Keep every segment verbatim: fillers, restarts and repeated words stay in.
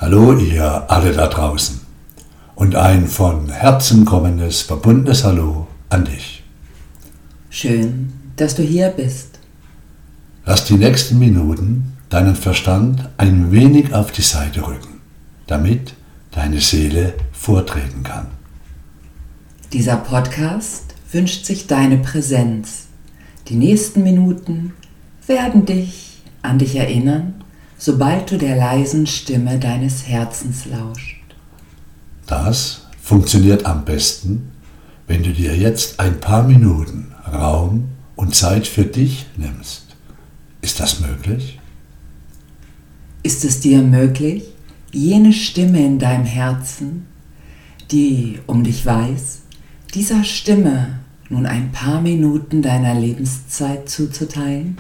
Hallo ihr alle da draußen und ein von Herzen kommendes, verbundenes Hallo an dich. Schön, dass du hier bist. Lass die nächsten Minuten deinen Verstand ein wenig auf die Seite rücken, damit deine Seele vortreten kann. Dieser Podcast wünscht sich deine Präsenz. Die nächsten Minuten werden dich an dich erinnern, sobald du der leisen Stimme deines Herzens lauscht. Das funktioniert am besten, wenn du dir jetzt ein paar Minuten Raum und Zeit für dich nimmst. Ist das möglich? Ist es dir möglich, jene Stimme in deinem Herzen, die um dich weiß, dieser Stimme nun ein paar Minuten deiner Lebenszeit zuzuteilen?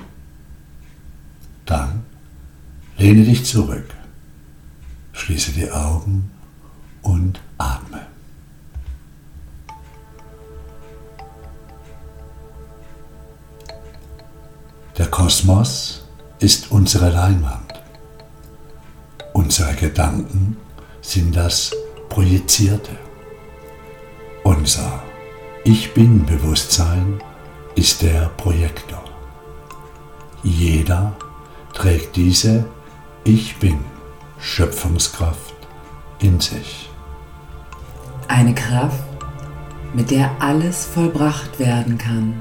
Dann lehne dich zurück, schließe die Augen und atme. Der Kosmos ist unsere Leinwand. Unsere Gedanken sind das Projizierte. Unser Ich-Bin-Bewusstsein ist der Projektor. Jeder trägt diese Ich-Bin-Schöpfungskraft in sich. Eine Kraft, mit der alles vollbracht werden kann.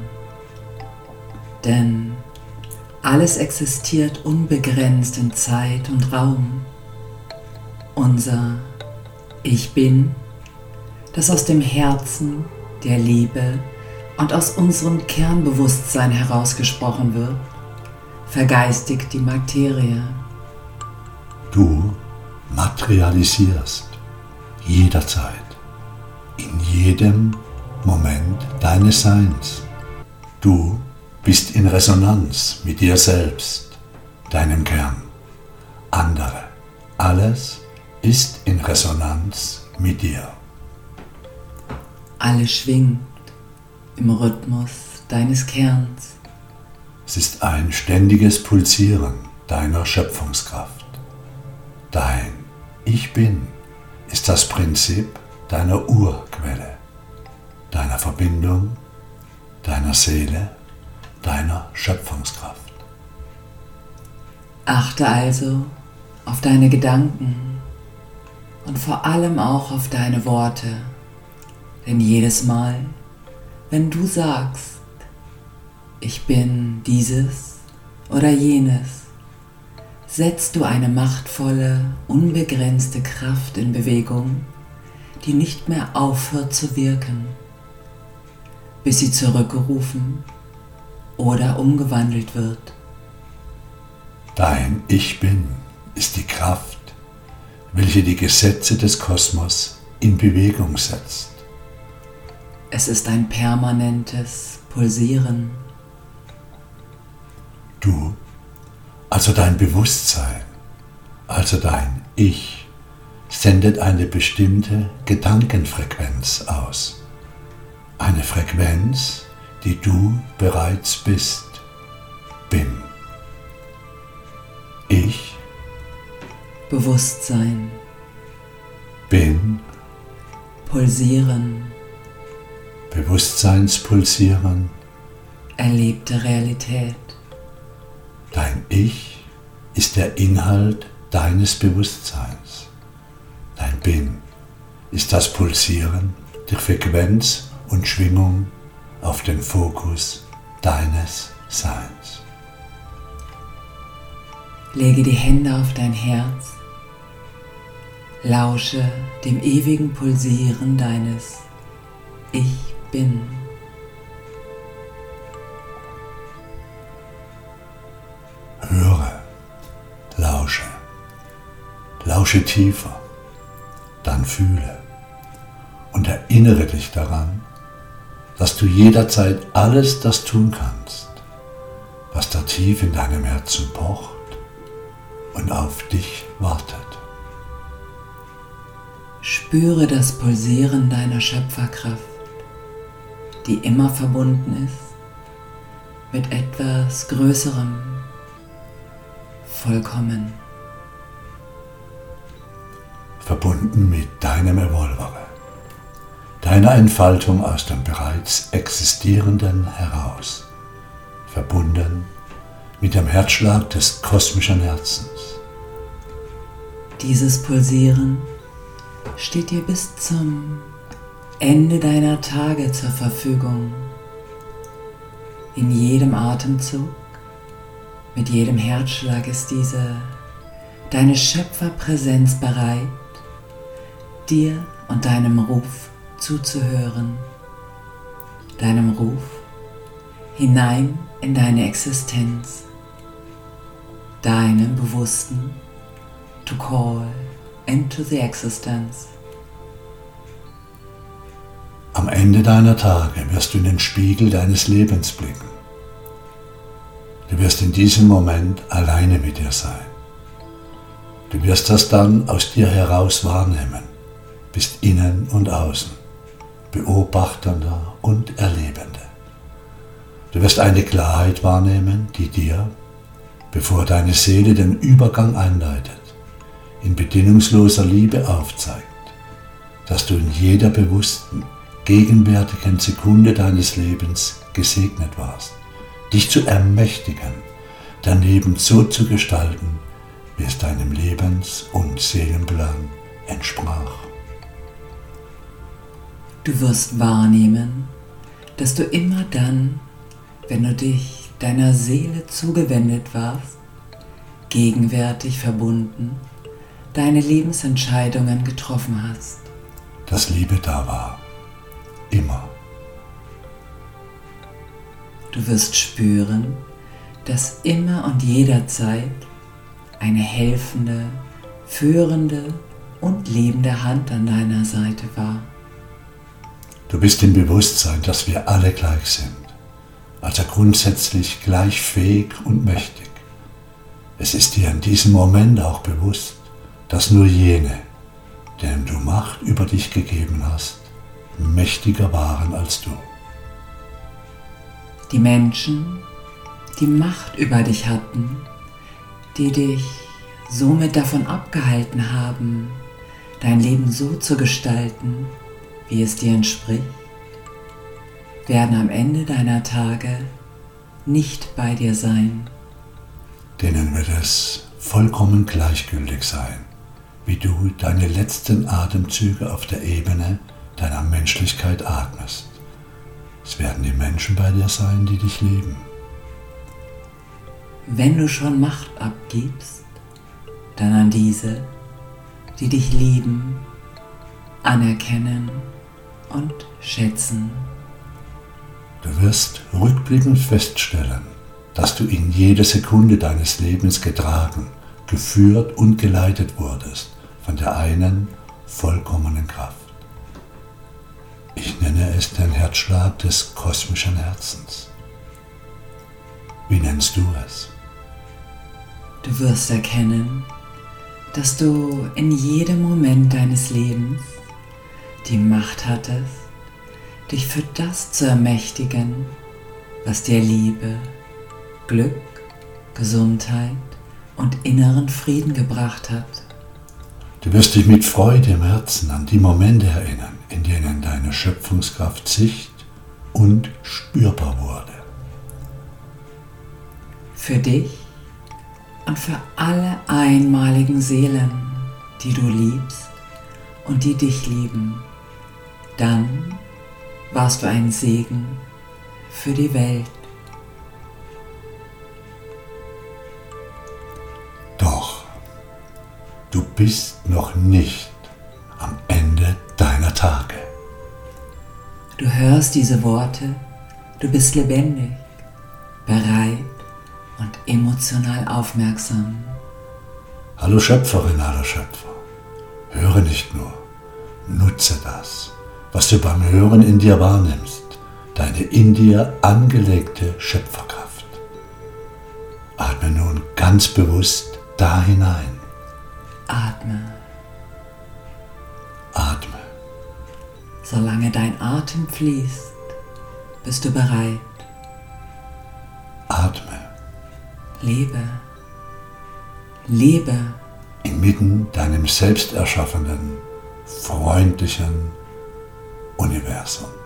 Denn alles existiert unbegrenzt in Zeit und Raum. Unser Ich Bin, das aus dem Herzen, der Liebe und aus unserem Kernbewusstsein herausgesprochen wird, vergeistigt die Materie. Du materialisierst jederzeit, in jedem Moment deines Seins. Du bist in Resonanz mit dir selbst, deinem Kern. Andere, alles ist in Resonanz mit dir. Alles schwingt im Rhythmus deines Kerns. Es ist ein ständiges Pulsieren deiner Schöpfungskraft. Dein Ich Bin ist das Prinzip deiner Urquelle, deiner Verbindung, deiner Seele, deiner Schöpfungskraft. Achte also auf deine Gedanken und vor allem auch auf deine Worte, denn jedes Mal, wenn du sagst, ich bin dieses oder jenes, setzt du eine machtvolle, unbegrenzte Kraft in Bewegung, die nicht mehr aufhört zu wirken, bis sie zurückgerufen oder umgewandelt wird. Dein Ich Bin ist die Kraft, welche die Gesetze des Kosmos in Bewegung setzt. Es ist ein permanentes Pulsieren. Du, also dein Bewusstsein, also dein Ich, sendet eine bestimmte Gedankenfrequenz aus. Eine Frequenz, die du bereits bist. Bin. Ich Bewusstsein. Bin. Pulsieren. Bewusstseinspulsieren. Erlebte Realität. Dein Ich ist der Inhalt deines Bewusstseins. Dein Bin ist das Pulsieren der Frequenz und Schwingung auf den Fokus deines Seins. Lege die Hände auf dein Herz. Lausche dem ewigen Pulsieren deines Ich Bin. Höre, lausche, lausche tiefer, dann fühle und erinnere dich daran, dass du jederzeit alles das tun kannst, was da tief in deinem Herzen pocht und auf dich wartet. Spüre das Pulsieren deiner Schöpferkraft, die immer verbunden ist mit etwas Größerem, vollkommen. verbunden mit deinem Evolvere, deiner Entfaltung aus dem bereits Existierenden heraus, verbunden mit dem Herzschlag des kosmischen Herzens. Dieses Pulsieren steht dir bis zum Ende deiner Tage zur Verfügung. In jedem Atemzug, mit jedem Herzschlag ist diese, deine Schöpferpräsenz bereit, dir und deinem Ruf zuzuhören, deinem Ruf hinein in deine Existenz, deinem Bewussten to call into the existence. Am Ende deiner Tage wirst du in den Spiegel deines Lebens blicken. Du wirst in diesem Moment alleine mit dir sein. Du wirst das dann aus dir heraus wahrnehmen, bist innen und außen, Beobachtender und Erlebende. Du wirst eine Klarheit wahrnehmen, die dir, bevor deine Seele den Übergang einleitet, in bedingungsloser Liebe aufzeigt, dass du in jeder bewussten, gegenwärtigen Sekunde deines Lebens gesegnet warst, dich zu ermächtigen, dein Leben so zu gestalten, wie es deinem Lebens- und Seelenplan entsprach. Du wirst wahrnehmen, dass du immer dann, wenn du dich deiner Seele zugewendet warst, gegenwärtig verbunden, deine Lebensentscheidungen getroffen hast. Dass Liebe da war. Immer. Du wirst spüren, dass immer und jederzeit eine helfende, führende und liebende Hand an deiner Seite war. Du bist im Bewusstsein, dass wir alle gleich sind, also grundsätzlich gleich fähig und mächtig. Es ist dir in diesem Moment auch bewusst, dass nur jene, denen du Macht über dich gegeben hast, mächtiger waren als du. Die Menschen, die Macht über dich hatten, die dich somit davon abgehalten haben, dein Leben so zu gestalten, wie es dir entspricht, werden am Ende deiner Tage nicht bei dir sein. Denen wird es vollkommen gleichgültig sein, wie du deine letzten Atemzüge auf der Ebene deiner Menschlichkeit atmest. Es werden die Menschen bei dir sein, die dich lieben. Wenn du schon Macht abgibst, dann an diese, die dich lieben, anerkennen und schätzen. Du wirst rückblickend feststellen, dass du in jeder Sekunde deines Lebens getragen, geführt und geleitet wurdest von der einen vollkommenen Kraft. Ich nenne es den Herzschlag des kosmischen Herzens. Wie nennst du es? Du wirst erkennen, dass du in jedem Moment deines Lebens die Macht hattest, dich für das zu ermächtigen, was dir Liebe, Glück, Gesundheit und inneren Frieden gebracht hat. Du wirst dich mit Freude im Herzen an die Momente erinnern, in denen deine Schöpfungskraft sicht- und spürbar wurde. Für dich und für alle einmaligen Seelen, die du liebst und die dich lieben, dann warst du ein Segen für die Welt. Doch du bist noch nicht am Ende deiner Tage. Du hörst diese Worte, du bist lebendig, bereit und emotional aufmerksam. Hallo Schöpferin, hallo Schöpfer. Höre nicht nur, nutze das, was du beim Hören in dir wahrnimmst, deine in dir angelegte Schöpferkraft. Atme nun ganz bewusst da hinein. Atme. Atme. Solange dein Atem fließt, bist du bereit. Atme. Lebe. Lebe inmitten deinem selbst erschaffenen, freundlichen Universum.